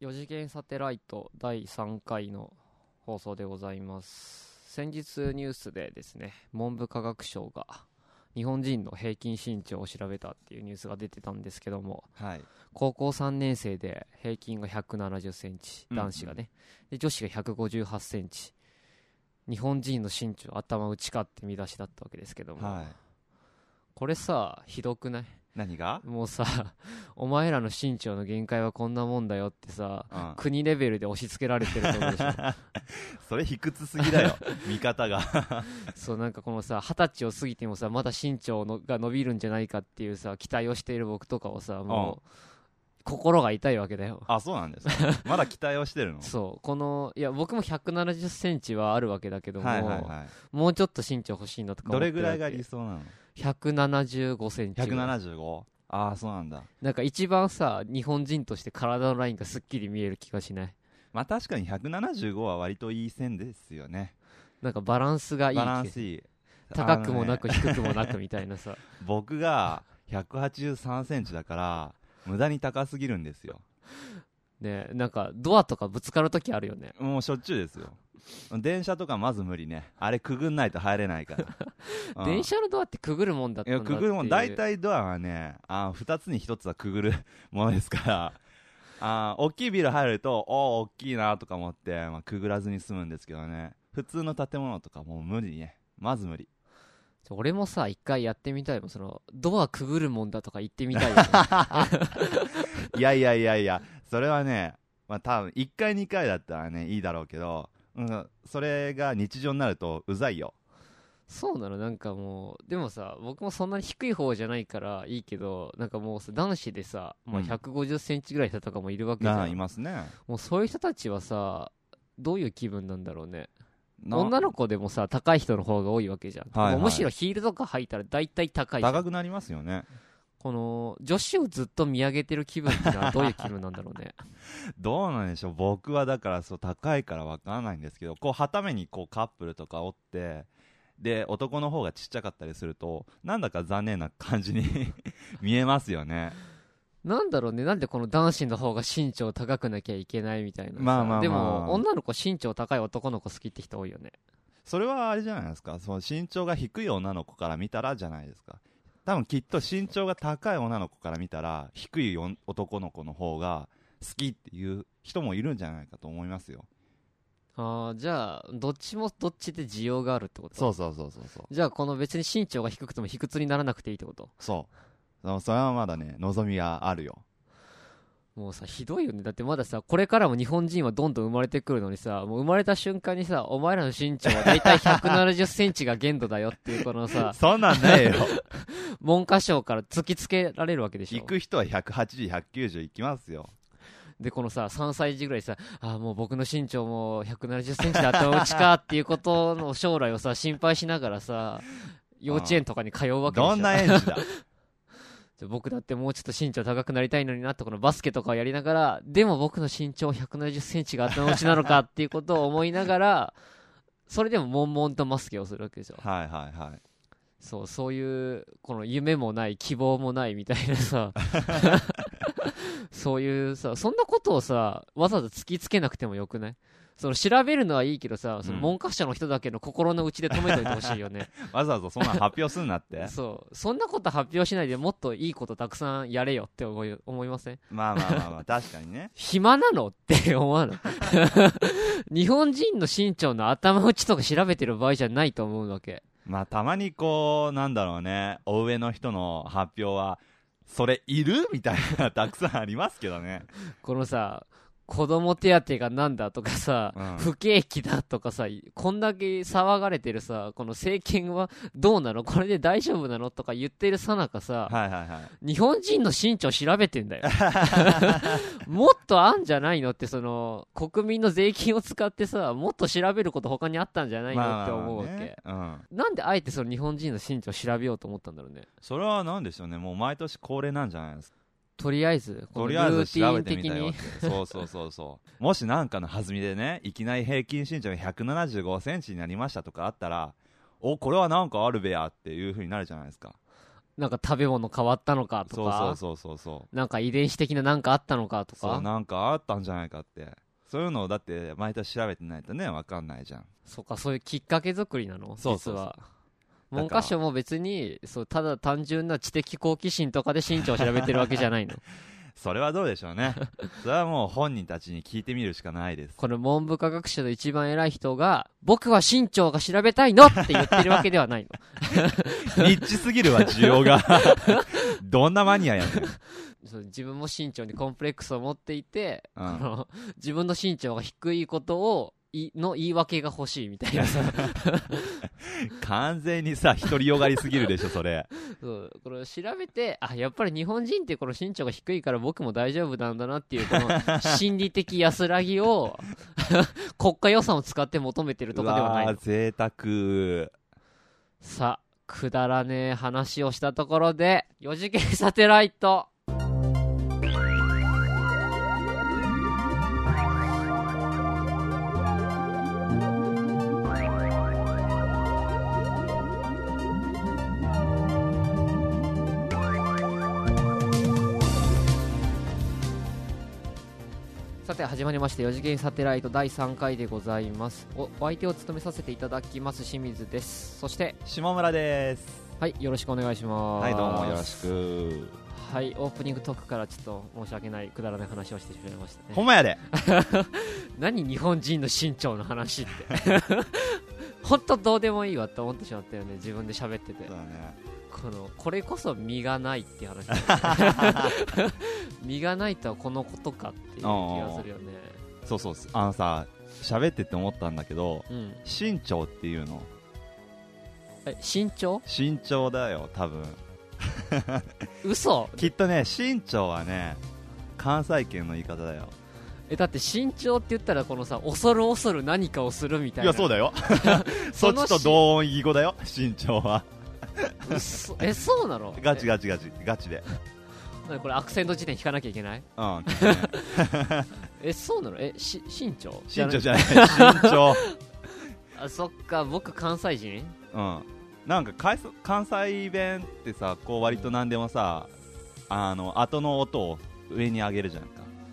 4次元サテライト第3回の放送でございます。先日ニュースでですね、文部科学省が日本人の平均身長を調べたっていうニュースが出てたんですけども、 はい、 高校3年生で平均が170センチ、男子がね、で女子が158センチ。日本人の身長頭打ちかって見出しだったわけですけども、 はい、 これさ、ひどくない？ 何が？ もうさ、お前らの身長の限界はこんなもんだよってさ、国レベルで押し付けられてると思うでしょ。 それ卑屈すぎだよ見方がそう、なんかこのさ、20歳を過ぎてもさ、まだ身長が伸びるんじゃないかっていうさ、期待をしている僕とかをさ、もう心が痛いわけだよ。 あ、そうなんですか。まだ期待をしてるの？ そう、いや僕も170センチはあるわけだけども、 はいはいはい、 もうちょっと身長欲しいなとか思ってるわけ。 どれぐらいが理想なの ？175センチ。 175？ ああ、そうなんだ。 なんか一番さ、日本人として体のラインがすっきり見える気がしない？ まあ確かに175は割といい線ですよね。 なんかバランスがいい。 バランスいい。 高くもなく低くもなくみたいなさ僕が183センチだから無駄に高すぎるんですよね。なんかドアとかぶつかるときあるよね。 もうしょっちゅうですよ。電車とかまず無理ね。あれくぐんないと入れないから電車のドアってくぐるもんだったんだっていう。 いやくぐるもん、大体ドアはね、2つに1つはくぐるものですから大きいビル入ると大きいなとか思って、くぐらずに済むんですけどね。普通の建物とかもう無理ね。まず無理。 俺もさ、一回やってみたいもん。そのドアくぐるもんだとか言ってみたいよ、ね、 いやいやいやいや、それはね、多分1回2回だったらねいいだろうけど、それが日常になるとうざいよ。 そうなの。なんかもうでもさ、僕もそんなに低い方じゃないからいいけど、なんかもうさ、男子でさ、150センチぐらいの人とかもいるわけじゃん。 いますね。 もうそういう人たちはさ、どういう気分なんだろうね。女の子でもさ、高い人の方が多いわけじゃん、はいはい、もうむしろヒールとか履いたら大体高いじゃん。 高くなりますよね。 この女子をずっと見上げてる気分ってのはどういう気分なんだろうねどうなんでしょう。僕はだからそう高いから分からないんですけど、こうはためにこうカップルとかおって、で男の方がちっちゃかったりするとなんだか残念な感じに見えますよね。 なんだろうね。なんでこの男子の方が身長高くなきゃいけないみたいな。でも女の子身長高い男の子好きって人多いよね。 それはあれじゃないですか。その身長が低い女の子から見たらじゃないですか。多分きっと身長が高い女の子から見たら低い男の子の方が好きっていう人もいるんじゃないかと思いますよ。 じゃあどっちもどっちで需要があるってこと？ そうじゃあこの別に身長が低くても卑屈にならなくていいってこと？ それはまだね望みがあるよ。 もうさ、ひどいよね。だってまださ、これからも日本人はどんどん生まれてくるのにさ、もう生まれた瞬間にさ、お前らの身長はだいたい170センチが限度だよっていうこのさそんなんないよ文科省から突きつけられるわけでしょ。 行く人は180、190行きますよ。 でこのさ、3歳児ぐらいさ、もう僕の身長も170センチだったうちかっていうことの将来をさ心配しながらさ、幼稚園とかに通うわけでしょ。 どんな園児だ僕だってもうちょっと身長高くなりたいのになって、このバスケとかをやりながら、でも僕の身長170センチが頭打ちなのかっていうことを思いながらそれでも悶々とバスケをするわけですよ。 はいはいはい。 そういうこの夢もない希望もないみたいなさそういうさ、そんなことをさわざわざ突きつけなくてもよくない？その調べるのはいいけどさ、その文科省の人だけの心の内で止めといてほしいよねわざわざそんな発表すんなってそんなこと発表しないでもっといいことたくさんやれよって思いません？ まあ確かにね暇なのって思わない日本人の身長の頭打ちとか調べてる場合じゃないと思うわけ。 たまにこうなんだろうね、お上の人の発表はそれいるみたいなたくさんありますけどね。 このさ、子供手当がなんだとかさ、不景気だとかさ、こんだけ騒がれてるさ、この政権はどうなの、これで大丈夫なのとか言ってるさなかさ、日本人の身長調べてんだよもっとあんじゃないのって、その国民の税金を使ってさ、もっと調べること他にあったんじゃないのって思うわけ。なんであえてその日本人の身長を調べようと思ったんだろうね。 それはなんでしょうね。もう毎年恒例なんじゃないですか。 とりあえず調べてみたよってそうもしなんかの弾みでね、いきなり平均身長が175センチになりましたとかあったら、これはなんかあるべやっていう風になるじゃないですか。 なんか食べ物変わったのかとか、 そうなんか遺伝子的ななんかあったのかとか、 そうなんかあったんじゃないかって、そういうのをだって毎年調べてないとね分かんないじゃん。 そうか、そういうきっかけ作りなの。 そうそうそう、 実は文科省も別にそうただ単純な知的好奇心とかで身長を調べてるわけじゃないの。 それはどうでしょうね。それはもう本人たちに聞いてみるしかないです。 この文部科学省の一番偉い人が僕は身長が調べたいのって言ってるわけではないの。ニッチすぎるわ需要が。どんなマニアやねん。 そう自分も身長にコンプレックスを持っていて、 うん、 この自分の身長が低いことをの言い訳が欲しいみたいなさ。 完全にさ独りよがりすぎるでしょそれ。 そうこれ調べて、あ、やっぱり日本人ってこの身長が低いから僕も大丈夫なんだなっていうこの心理的安らぎを国家予算を使って求めてるとかではないの。 贅沢。 さあくだらねえ話をしたところで4次元サテライト。さて始まりまして4次元サテライト第3回でございます。お相手を務めさせていただきます清水です。そして下村です。 はい、よろしくお願いします。 はい、どうもよろしく。 はい、オープニングトークからちょっと申し訳ないくだらない話をしてしまいましたね。 ほんまやで。 何日本人の身長の話って本当どうでもいいわって思ってしまったよね、自分で喋ってて。 そうだね、 これこそ身がないって話身がないとはこのことかっていう気がするよね。 そうそう、あのさ喋ってて思ったんだけど、 うん、 身長っていうの、 身長だよ多分。 嘘。 きっとね身長はね関西圏の言い方だよ。 だって身長って言ったらこのさ恐る恐る何かをするみたいな。 いやそうだよ。そっちと同音異義語だよ身長は。 そうなの。 ガチで。 これアクセント辞典引かなきゃいけない。 うん。 そうなの。身長じゃない身長。 あ、そっか、僕関西人。 うん。なんか関西弁ってさ、こう割と何でもさ、後の音を上に上げるじゃんか。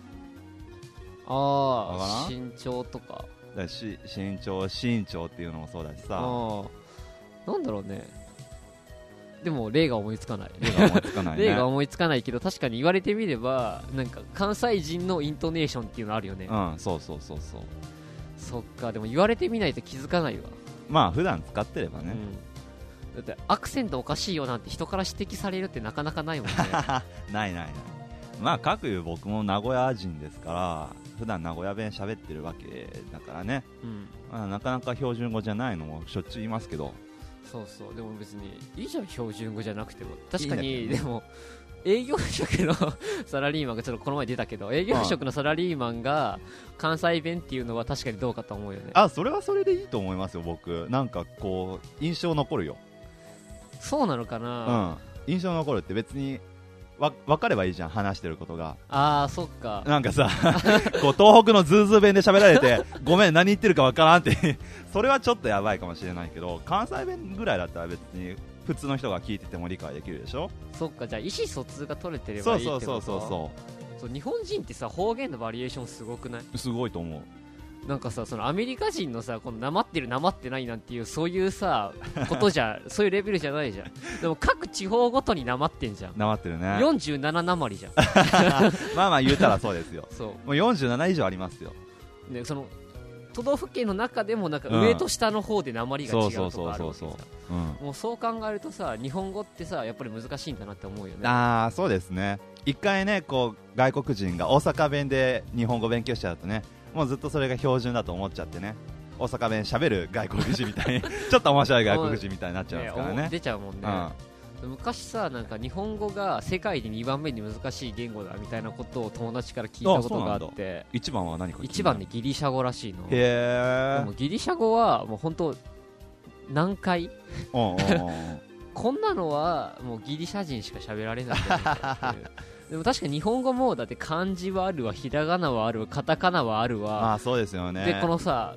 ああ、身長とか。 身長っていうのもそうだしさ。 なんだろうね。でも例が思いつかない。例が思いつかないけど、確かに言われてみればなんか関西人のイントネーションっていうのあるよね。 うん、そう。 そっか、でも言われてみないと気づかないわ。 まあ普段使ってればね、 だってアクセントおかしいよなんて人から指摘されるってなかなかないもんね。 ないまあ各いう僕も名古屋人ですから普段名古屋弁喋ってるわけだからね、まあ、なかなか標準語じゃないのもしょっちゅう言いますけど。 そうでも別にいいじゃん標準語じゃなくても。確かにでも営業職のサラリーマンがちょっとこの前出たけど、営業職のサラリーマンが関西弁っていうのは確かにどうかと思うよね。 あ、それはそれでいいと思いますよ。僕なんかこう印象残るよ。 そうなのかな。 印象残るって別に分かればいいじゃん、話してることが。 ああ、そっか。 なんかさこう東北のズーズー弁で喋られてごめん何言ってるか分からんってそれはちょっとやばいかもしれないけど、関西弁ぐらいだったら別に普通の人が聞いてても理解できるでしょ。 そっか、じゃあ意思疎通が取れてればいいってこと。 そう日本人ってさ方言のバリエーションすごくない？ すごいと思う。 なんかさ、そのアメリカ人のさ、このなまってるなまってないなんていうそういうさことじゃそういうレベルじゃないじゃん。でも各地方ごとになまってんじゃん。 なまってるね。 47なまりじゃん。 まあ言うたらそうですよ。 そう、 もう47以上ありますよ。 ね、その都道府県の中でもなんか上と下の方でなまりが違うとかあるわけさ。もうそう考えるとさ、日本語ってさやっぱり難しいんだなって思うよね。 ああ、そうですね。一回ねこう外国人が大阪弁で日本語勉強しちゃうとね、もうずっとそれが標準だと思っちゃってね、大阪弁喋る外国人みたいにちょっと面白い外国人みたいになっちゃうんですからね。 出ちゃうもんね。昔さ、なんか日本語が世界で2番目に難しい言語だみたいなことを友達から聞いたことがあって。 1番は何か。 1番でギリシャ語らしいの。 へー。 でもギリシャ語はもう本当難解こんなのはもうギリシャ人しか喋られないんだよってでも確か日本語もだって漢字はあるわ、ひらがなはあるわ、カタカナはあるわ。 そうですよね。 でこのさ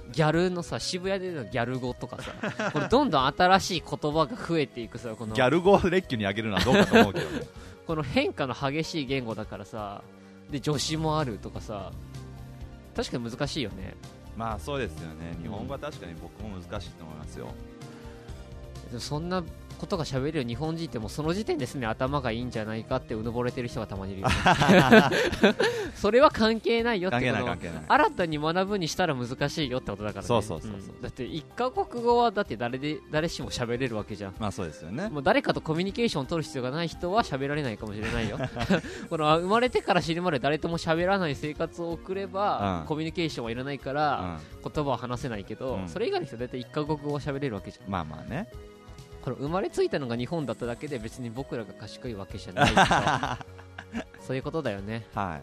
ギャルのさ、渋谷でのギャル語とかさこれどんどん新しい言葉が増えていくさ、このギャル語を列挙に上げるのはどうかと思うけどねこの変化の激しい言語だからさ、で助詞もあるとかさ、確かに難しいよね。 まあそうですよね、日本語は確かに僕も難しいと思いますよ。 でもそんなことが喋れる日本人ってもうその時点ですね、頭がいいんじゃないかってうぬぼれてる人がたまにいるよねそれは関係ないよってこと、 関係ない新たに学ぶにしたら難しいよってことだからね。 そうそう、 だって一カ国語はだって誰しも喋れるわけじゃん。 まあそうですよね。 もう誰かとコミュニケーションを取る必要がない人は喋られないかもしれないよこの生まれてから死ぬまで誰とも喋らない生活を送れば、コミュニケーションはいらないから、言葉は話せないけど、それ以外の人は大体一カ国語は喋れるわけじゃん。 まあまあね、 この生まれついたのが日本だっただけで別に僕らが賢いわけじゃないそういうことだよね。 はい。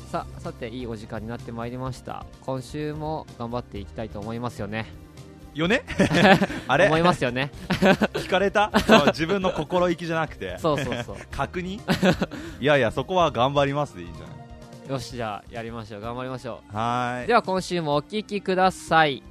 さていいお時間になってまいりました。今週も頑張っていきたいと思いますよねあれ思いますよね聞かれたそう自分の心意気じゃなくてそう確認いやいや、そこは頑張りますでいいんじゃない。 よし、じゃあやりましょう、頑張りましょう。 はい。 では今週もお聞きください。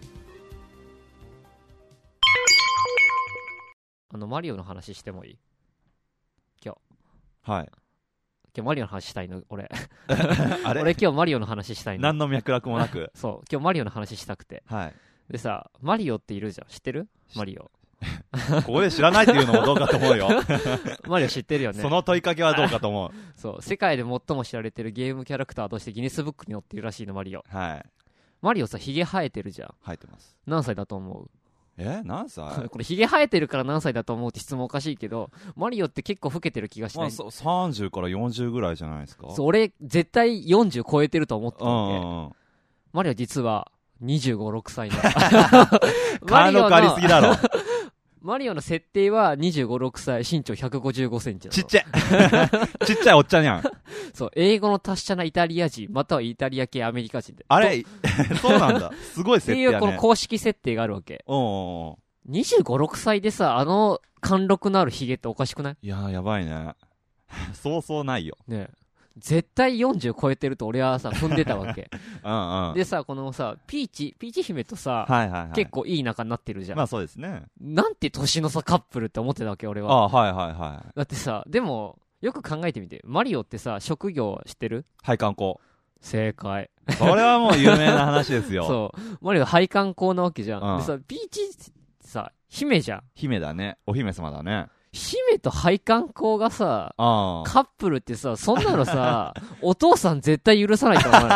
マリオの話してもいい？今日マリオの話したいの俺あれ俺今日マリオの話したいの。 何の脈絡もなくそう、今日マリオの話したくて。 はい。 でさ、マリオっているじゃん、知ってる？マリオここで知らないっていうのもどうかと思うよマリオ知ってるよね。 その問いかけはどうかと思うそう、世界で最も知られてるゲームキャラクターとしてギネスブックに載っているらしいの、マリオ。 はい。 マリオさ、ヒゲ生えてるじゃん。 生えてます。 何歳だと思う？ 何歳これヒゲ生えてるから何歳だと思うって質問おかしいけど、マリオって結構老けてる気がしない？ 30から40ぐらいじゃないですか。 そう、俺絶対40超えてると思ってたんで、マリオ実は25、6歳の貫禄ありすぎだろマリオの設定は25、6歳、身長155センチ。 ちっちゃいちっちゃいおっちゃんやんそう、英語の達者なイタリア人またはイタリア系アメリカ人で、 あれそうなんだ、すごい設定やね。 っていうこの公式設定があるわけ。25、6歳でさ、貫禄のあるヒゲっておかしくない？ いやー、やばいねそうそうないよね。絶対40超えてると俺はさ踏んでたわけでさ、このさピーチ姫とさ、結構いい仲になってるじゃん。 まあそうですね。 なんて年の差カップルって思ってたわけ俺は。 だってさ、でもよく考えてみて、マリオってさ職業知ってる？ 配管工。 正解。 それはもう有名な話ですよそうマリオ配管工なわけじゃん、でさピーチさ姫じゃん。 姫だね、お姫様だね。 姫と配管工がさ、カップルってさ、そんなのさお父さん絶対許さないと思う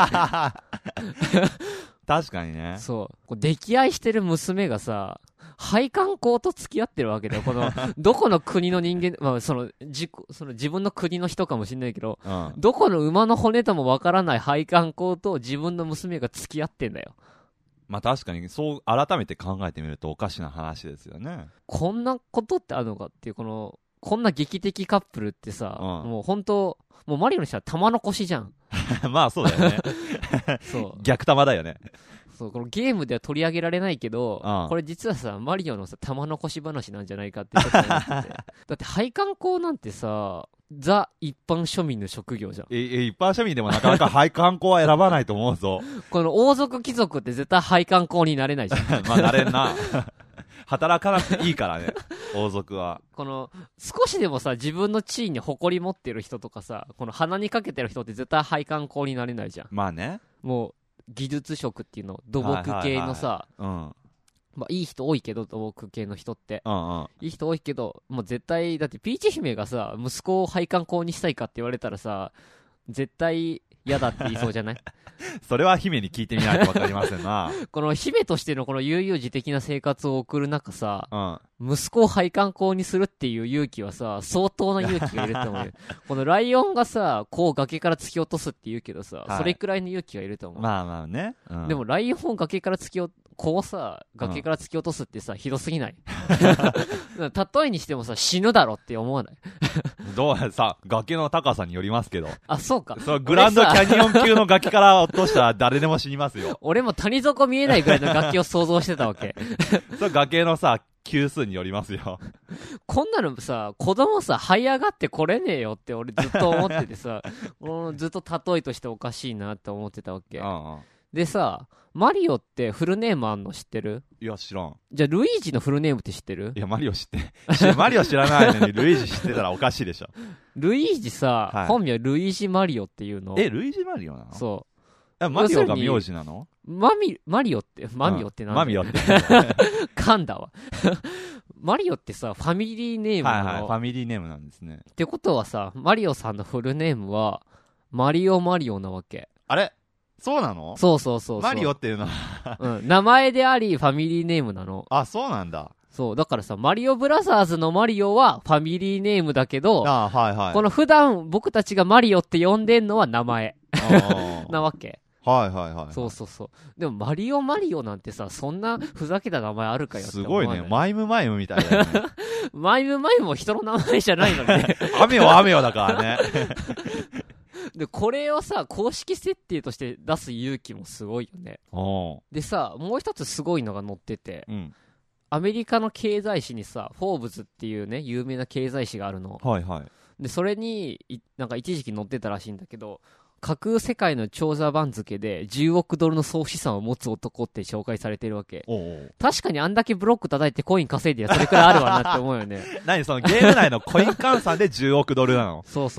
確かにね。 そう、溺愛してる娘がさ配管工と付き合ってるわけだよ。このどこの国の人間、まあ、その自分の国の人かもしれないけど、どこの馬の骨ともわからない配管工と自分の娘が付き合ってんだよ。 まあ確かにそう改めて考えてみるとおかしな話ですよね。 こんなことってあるのかっていう、こんな劇的カップルってさ、もう本当もうマリオにしたら玉の腰じゃんまあそうだよねそう逆玉だよね。 そう、このゲームでは取り上げられないけど、これ実はさマリオのさ玉の腰話なんじゃないかってちょっと思っててだって配管工なんてさザ一般庶民の職業じゃん。 一般庶民でもなかなか配管工は選ばないと思うぞこの王族貴族って絶対配管工になれないじゃんまあなれんな働かなくていいからね王族は。 この少しでもさ自分の地位に誇り持ってる人とかさ、この鼻にかけてる人って絶対配管工になれないじゃん。 まあね、 もう技術職っていうの、土木系のさ、まあいい人多いけど、土木系の人って、いい人多いけど、もう絶対だってピーチ姫がさ息子を配管工にしたいかって言われたらさ絶対嫌だって言いそうじゃないそれは姫に聞いてみないと分かりませんなこの姫としてのこの悠々自適な生活を送る中さ、息子を配管工にするっていう勇気はさ相当な勇気がいると思うよこのライオンがさこう崖から突き落とすって言うけどさ、それくらいの勇気がいると思う。 まあまあね、 でもライオンを崖からこうさ崖から突き落とすってさ、ひどすぎない例えにしてもさ死ぬだろって思わないどうさ崖の高さによりますけど。 あ、そうか。 そのグランドキャニオン級の崖から落としたら誰でも死にますよ俺も谷底見えないぐらいの崖を想像してたわけそれ崖のさ級数によりますよこんなのさ子供さ這い上がってこれねえよって俺ずっと思っててさずっと例えとしておかしいなって思ってたわけ。 でさ、マリオってフルネームあんの知ってる？ いや、知らん。 じゃあ、ルイージのフルネームって知ってる？ いや、マリオ知らないのに、ルイージ知ってたらおかしいでしょ。 ルイージさ、 はい本名ルイージマリオっていうの。 ルイージマリオなの？ そマリオが名字なの？ マリオってなんだよ、 マミオって。 噛んだわ。マリオってさ、ファミリーネームなの。 はいはい、ファミリーネームなんですね。 ってことはさ、マリオさんのフルネームは、マリオなわけ。 あれそうなの？ そう。 マリオっていうのはうん、名前であり、ファミリーネームなの。 あ、そうなんだ。 そう、だからさ、マリオブラザーズのマリオはファミリーネームだけど、 はいはい。 この普段僕たちがマリオって呼んでんのは名前なわけ。 はいはいはい。 そう。でもマリオなんてさ、そんなふざけた名前あるかよってす思わない？ ごいね。マイムみたいだよね。 マイムも人の名前じゃないのにね。 雨よだからね。 で、これをさ、公式設定として出す勇気もすごいよね。でさ、もう一つすごいのが載ってて、アメリカの経済誌にさ、フォーブズっていうね、有名な経済誌があるの。 はいはい。 で、それに、なんか一時期載ってたらしいんだけど、架空世界の長者番付で10億ドルの総資産を持つ男って紹介されてるわけ。確かにあんだけブロック叩いてコイン稼いでそれくらいあるわなって思うよね。 何そのゲーム内のコイン換算で10億ドルなの？ そう。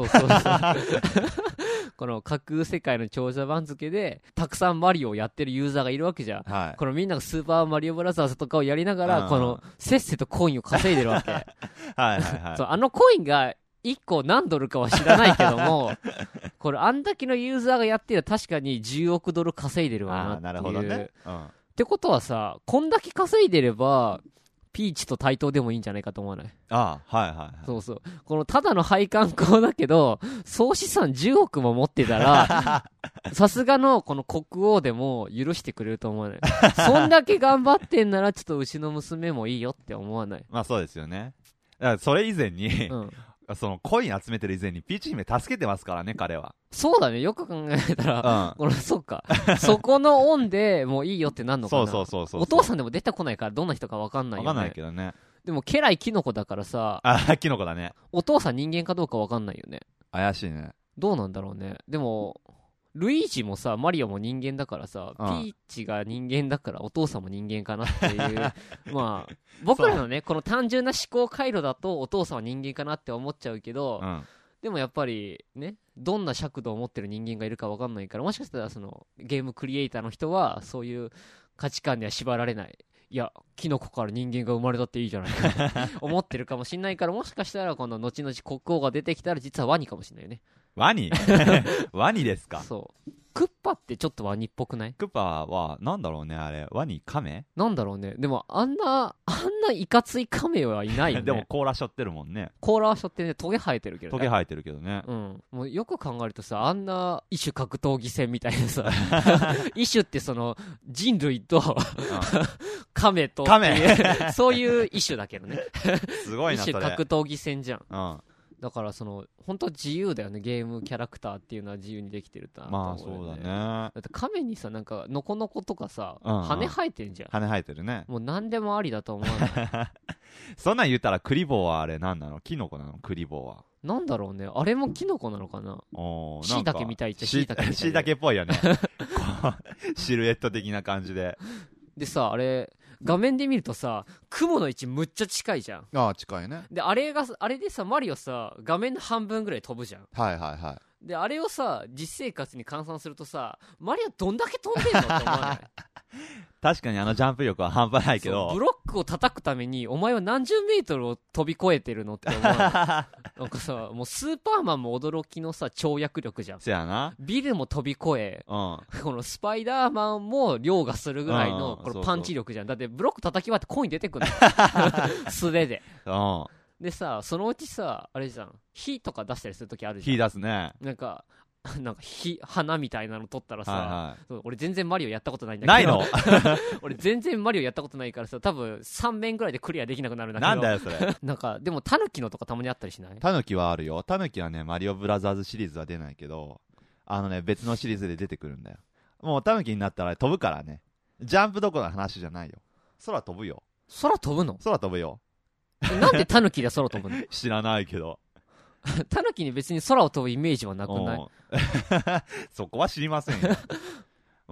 この架空世界の長者番付でたくさんマリオをやってるユーザーがいるわけじゃん。 はい。 このみんながスーパーマリオブラザーズとかをやりながら、このせっせとコインを稼いでるわけ。 はい。 そう、あのコインが1個何ドルかは知らないけども、これあんだけのユーザーがやってる確かに10億ドル稼いでるわなっていう。なるほどね。ってことはさ、こんだけ稼いでれば、ピーチと対等でもいいんじゃないかと思わない？ はい。 そう。このただの配管工だけど、総資産10億も持ってたら、さすがのこの国王でも許してくれると思わない？そんだけ頑張ってんなら、ちょっとうちの娘もいいよって思わない？ まあそうですよね。だからそれ以前に、そのコイン集めてる以前にピーチ姫助けてますからね、彼は。 そうだね、よく考えたら、そうか。そこのオンでもういいよってなんのかな。そう。お父さんでも出てこないからどんな人かわかんないよね。 わかんないけどね。 でも家来キノコだからさ、 キノコだね。 お父さん人間かどうかわかんないよね。 怪しいね。 どうなんだろうね。でも、ルイージもさ、マリオも人間だからさ、ピーチが人間だからお父さんも人間かなっていう、まあ、僕らのね、この単純な思考回路だとお父さんは人間かなって思っちゃうけど、でもやっぱりね、どんな尺度を持ってる人間がいるか分かんないから、もしかしたらそのゲームクリエイターの人はそういう価値観には縛られない。いや、キノコから人間が生まれたっていいじゃないか思ってるかもしんないから、もしかしたらこの後々国王が出てきたら実はワニかもしんないよね。ワニですか？ そう。クッパってちょっとワニっぽくない？ クッパは、なんだろうね、あれ。ワニ？カメ？ なんだろうね。でも、あんないかついカメはいないよね。 でも、甲羅しょってるもんね。 甲羅はしょってね、トゲ生えてるけどね。 トゲ生えてるけどね。 もうよく考えるとさ、あんな異種格闘技戦みたいなさ、異種ってその、人類と、カメと、そういう異種だけどね。 すごいな、それ。 異種格闘技戦じゃん。だからその本当自由だよね、ゲームキャラクターっていうのは自由にできてると、 まあそうだね。 だって亀にさ、なんかノコノコとかさ、羽生えてんじゃん。 羽生えてるね。 もう何でもありだと思わない？ そんなん言ったらクリボーはあれ何なの？キノコなの？クリボーはなんだろうね、あれもキノコなのかな。シイタケみたいっちゃシイタケみたい。 シイタケっぽいよね。シルエット的な感じで。 でさ、あれ画面で見るとさ、雲の位置むっちゃ近いじゃん。 近いね。 であれでさ、マリオさ、画面の半分ぐらい飛ぶじゃん。であれをさ、実生活に換算するとさ、マリオどんだけ飛んでんのって思わない？ 確かにあのジャンプ力は半端ないけど、 ブロックを叩くためにお前は何十メートルを飛び越えてるのって思う。なんかさ、もうスーパーマンも驚きのさ、跳躍力じゃん。 せやな。 ビルも飛び越え、このスパイダーマンも凌駕するぐらいのこのパンチ力じゃん。だってブロック叩き割ってコイン出てくるの。素手で。でさ、そのうちさ、あれじゃん、火とか出したりするときあるじゃん。 火出すね。 なんか花みたいなの取ったらさ、俺全然マリオやったことないんだけど。ないの？俺全然マリオやったことないからさ、多分3面ぐらいでクリアできなくなるんだけど。 なんだよそれ。 なんかでもタヌキのとかたまにあったりしない？ タヌキはあるよ。タヌキはね、マリオブラザーズシリーズは出ないけど、別のシリーズで出てくるんだよ。もうタヌキになったら飛ぶからね。ジャンプどころの話じゃないよ。空飛ぶよ。 空飛ぶの？ 空飛ぶよ。 なんでタヌキで空飛ぶの？ 知らないけど。 タヌキに別に空を飛ぶイメージはなくない？ そこは知りませんよ。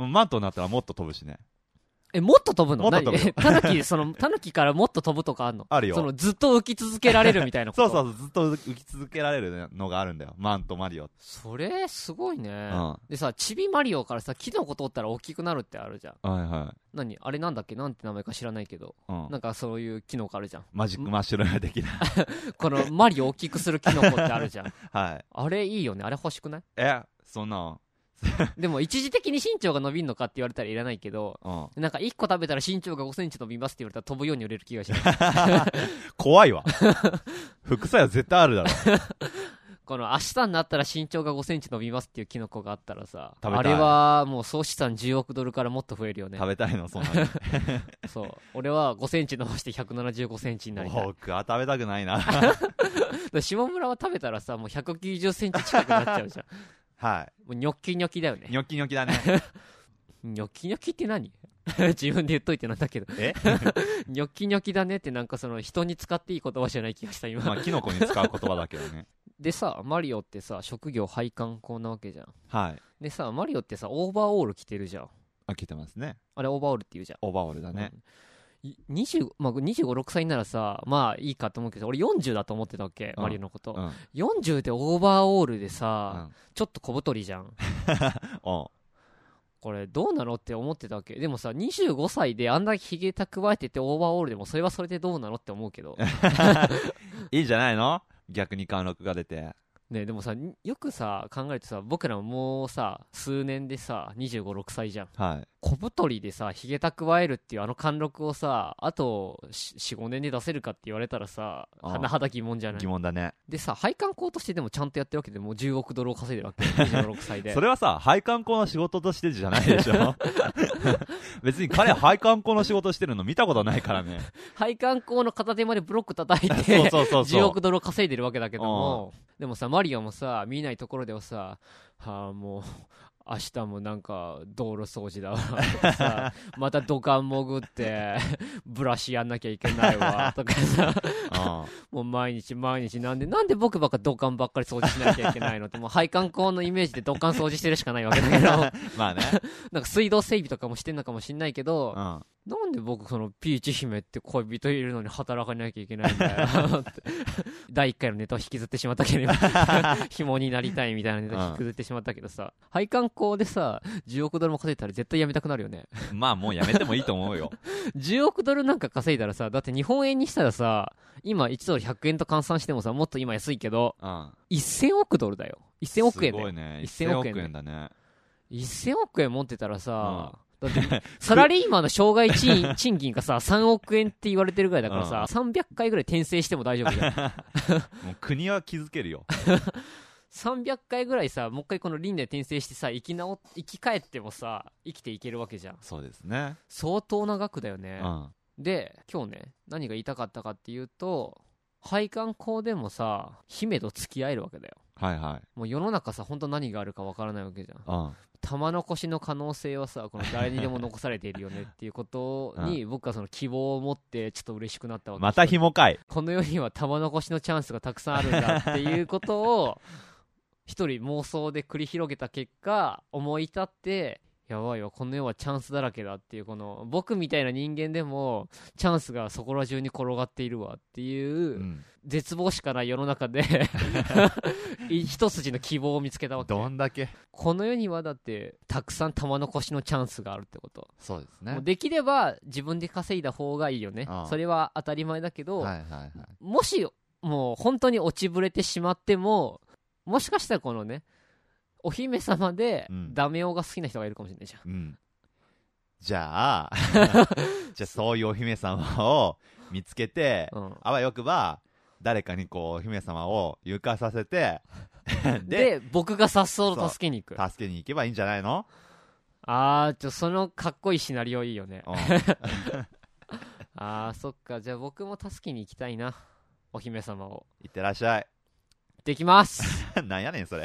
マントになったらもっと飛ぶしね。 もっと飛ぶの？ もっと飛ぶよタヌキからもっと飛ぶとかあんの？ あるよ。 そのずっと浮き続けられるみたいなこと？ そうそう、ずっと浮き続けられるのがあるんだよ、マントマリオ。 それすごいね、 うん、 でさ、チビマリオからさ、キノコ通ったら大きくなるってあるじゃん。 はいはい。 何あれなんだっけ、なんて名前か知らないけど、 うん、 なんかそういうキノコあるじゃん。 マジックマッシュルーム的なこのマリオ大きくするキノコってあるじゃんはい。 あれいいよね。あれ欲しくない？ そんなでも一時的に身長が伸びんのかって言われたらいらないけど、なんか1個食べたら身長が5センチ伸びますって言われたら飛ぶように売れる気がします怖いわ副作用絶対あるだろこの明日になったら身長が5センチ伸びますっていうキノコがあったらさ、 食べたい。 あれはもう総資産10億ドルからもっと増えるよね。 食べたいの、そんなのそう、俺は5センチ伸ばして175センチになりたい。 僕は食べたくないな下村は食べたらさ、もう190センチ近くなっちゃうじゃんはい。 もうニョッキニョキだよね。 ニョキニョキだねニョキニョキって何自分で言っといてなんだけどニョキニョキだねってなんかその人に使っていい言葉じゃない気がした今まあキノコに使う言葉だけどねでさ、マリオってさ、職業配管工なわけじゃん。 はい。 でさ、マリオってさ、オーバーオール着てるじゃん。 着てますね。 あれオーバーオールって言うじゃん。 オーバーオールだね、 25、6歳ならさ、まあいいかと思うけど、俺40だと思ってたわけ、マリオのこと、40でオーバーオールでさ、ちょっと小太りじゃんこれどうなのって思ってたわけ。でもさ、25歳であんだけヒゲ蓄えててオーバーオールでもそれはそれでどうなのって思うけどいいんじゃないの、逆に貫禄が出てね。でもさ、よくさ考えるとさ、僕らももうさ数年でさ25、6歳じゃん。 はい。 小太りでさヒゲ蓄えるっていうあの貫禄をさ、あと 4,5 年で出せるかって言われたらさ、甚だ疑問じゃない？ 疑問だね。 でさ、配管工としてでもちゃんとやってるわけで、もう10億ドルを稼いでるわけ26歳でそれはさ、配管工の仕事としてじゃないでしょ別に彼配管工の仕事してるの見たことないからね配管工の片手までブロック叩いてそう 10億ドルを稼いでるわけだけども、でもさ、マリオもさ、見ないところではさ、もう明日もなんか道路掃除だわとかさまた土管潜ってブラシやんなきゃいけないわとかさもう毎日なんで僕ばっか土管ばっかり掃除しなきゃいけないのって、もう配管工のイメージで土管掃除してるしかないわけだけどまあねなんか水道整備とかもしてんのかもしんないけど、なんで僕そのピーチ姫って恋人いるのに働かなきゃいけないんだよって第1回のネタを引きずってしまったけど紐になりたいみたいなネタを引きずってしまったけどさ、配管工でさ10億ドルも稼いだら絶対やめたくなるよねまあもうやめてもいいと思うよ 10億ドルなんか稼いだらさ、だって日本円にしたらさ、今1ドル100円と換算してもさ、もっと今安いけど、1000億ドルだよ。1000億円だよ。 すごいね。 1000 億円だね。 1000億円持ってたらさ、だってサラリーマンの生涯賃金がさ3億円って言われてるぐらいだからさ、300回ぐらい転生しても大丈夫じゃんもう国は気づけるよ 300回ぐらいさ、もう一回この輪廻転生してさ、生き返ってもさ生きていけるわけじゃん。 そうですね。 相当な額だよね、で今日ね、何が言いたかったかっていうと、配管工でもさ姫と付き合えるわけだよ。 はいはい。 もう世の中さ、本当何があるかわからないわけじゃん。玉残しの可能性はさ、この誰にでも残されているよねっていうことに僕はその希望を持ってちょっと嬉しくなったわけ。 また紐かい。 この世には玉残しのチャンスがたくさんあるんだっていうことを一人妄想で繰り広げた結果、思い立って、やばいわ、この世はチャンスだらけだっていう、この僕みたいな人間でもチャンスがそこら中に転がっているわっていう、絶望しかない世の中で一筋の希望を見つけたわけ。 どんだけこの世にはだってたくさん玉残しのチャンスがあるってこと。 そうですね。 もうできれば自分で稼いだ方がいいよね。それは当たり前だけど、もしもう本当に落ちぶれてしまっても、もしかしたらこのね、お姫様でダメ男が好きな人がいるかもしれないじゃん、 じゃあじゃあそういうお姫様を見つけて、あわよくば誰かにこうお姫様を誘拐させてで僕がさっそうと助けに行く。 助けに行けばいいんじゃないの？ そのかっこいいシナリオいいよねそっか。じゃあ僕も助けに行きたいな、お姫様を。 いってらっしゃい。 できますなんやねんそれ。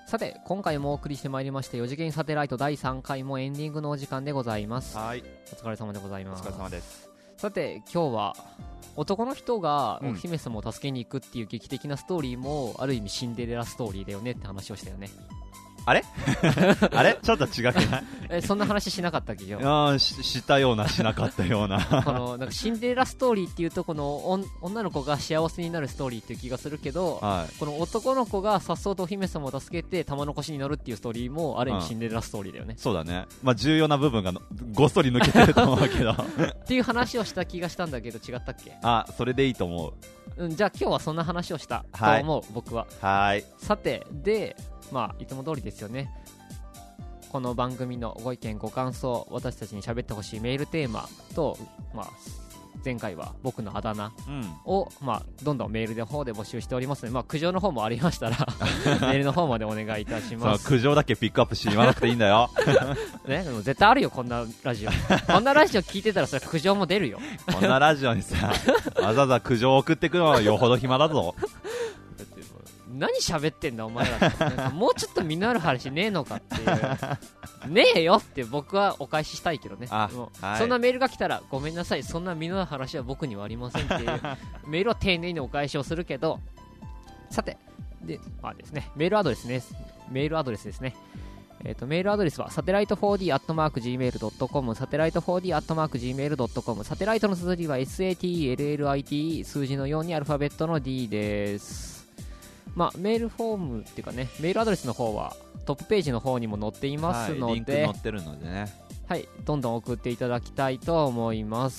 さて今回もお送りしてまいりました4次元サテライト第3回もエンディングのお時間でございます。 はい、 お疲れ様でございます。 お疲れ様です。 さて今日は男の人がお姫様を助けに行くっていう劇的なストーリーもある意味シンデレラストーリーだよねって話をしたよね。 あれあれちょっと違くないそんな話しなかったっけよ。 したようなしなかったようなこのなんかシンデレラストーリーっていうとこの女の子が幸せになるストーリーっていう気がするけど、 はい、 この男の子がさっそうとお姫様を助けて玉の腰に乗るっていうストーリーもある意味シンデレラストーリーだよね、 そうだね。まあ重要な部分がごっそり抜けてると思うけどっていう話をした気がしたんだけど違ったっけ。 それでいいと思う、じゃあ今日はそんな話をしたと思う、僕は。 はい。 さてでまあいつも通りですよね。この番組のご意見ご感想、私たちに喋ってほしいメールテーマと、まあ、前回は僕のあだ名を、まあ、どんどんメールの方で募集しておりますので、まあ、苦情の方もありましたらメールの方までお願いいたします。 苦情だけピックアップして言わなくていいんだよね、でも絶対あるよこんなラジオこんなラジオ聞いてたらそれ苦情も出るよこんなラジオにさわざわざ苦情を送ってくるのはよほど暇だぞ何喋ってんだお前らなんかもうちょっと身のある話ねえのかっていうねえよって僕はお返ししたいけどね。もう、はい、そんなメールが来たらごめんなさい、そんな身のある話は僕にはありませんっていうメールは丁寧にお返しをするけど、さてで、まあですね、メールアドレスですね。メールアドレスはサテライト 4d@gmail.com、 サテライト 4d@gmail.com、 サテライトの綴りは SATELLITE、 数字のようにアルファベットの D です。まあ、メールフォームっていうかね、メールアドレスの方はトップページの方にも載っていますので、 リンク載ってるのでね、 はい、どんどん送っていただきたいと思います。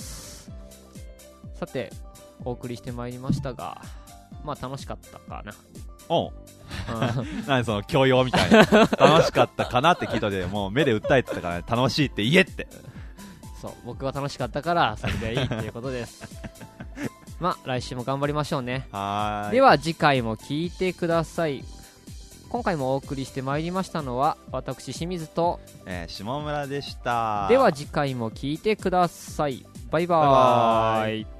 さてお送りしてまいりましたが、まあ楽しかったかな。 おう何その教養みたいな楽しかったかなって聞いたで、もう目で訴えてたから、ね、楽しいって言えって。 そう僕は楽しかったからそれでいいっていうことですまあ来週も頑張りましょうね。では次回も聞いてください。今回もお送りしてまいりましたのは私清水と、 下村でした。 では次回も聞いてください。バイバーイ。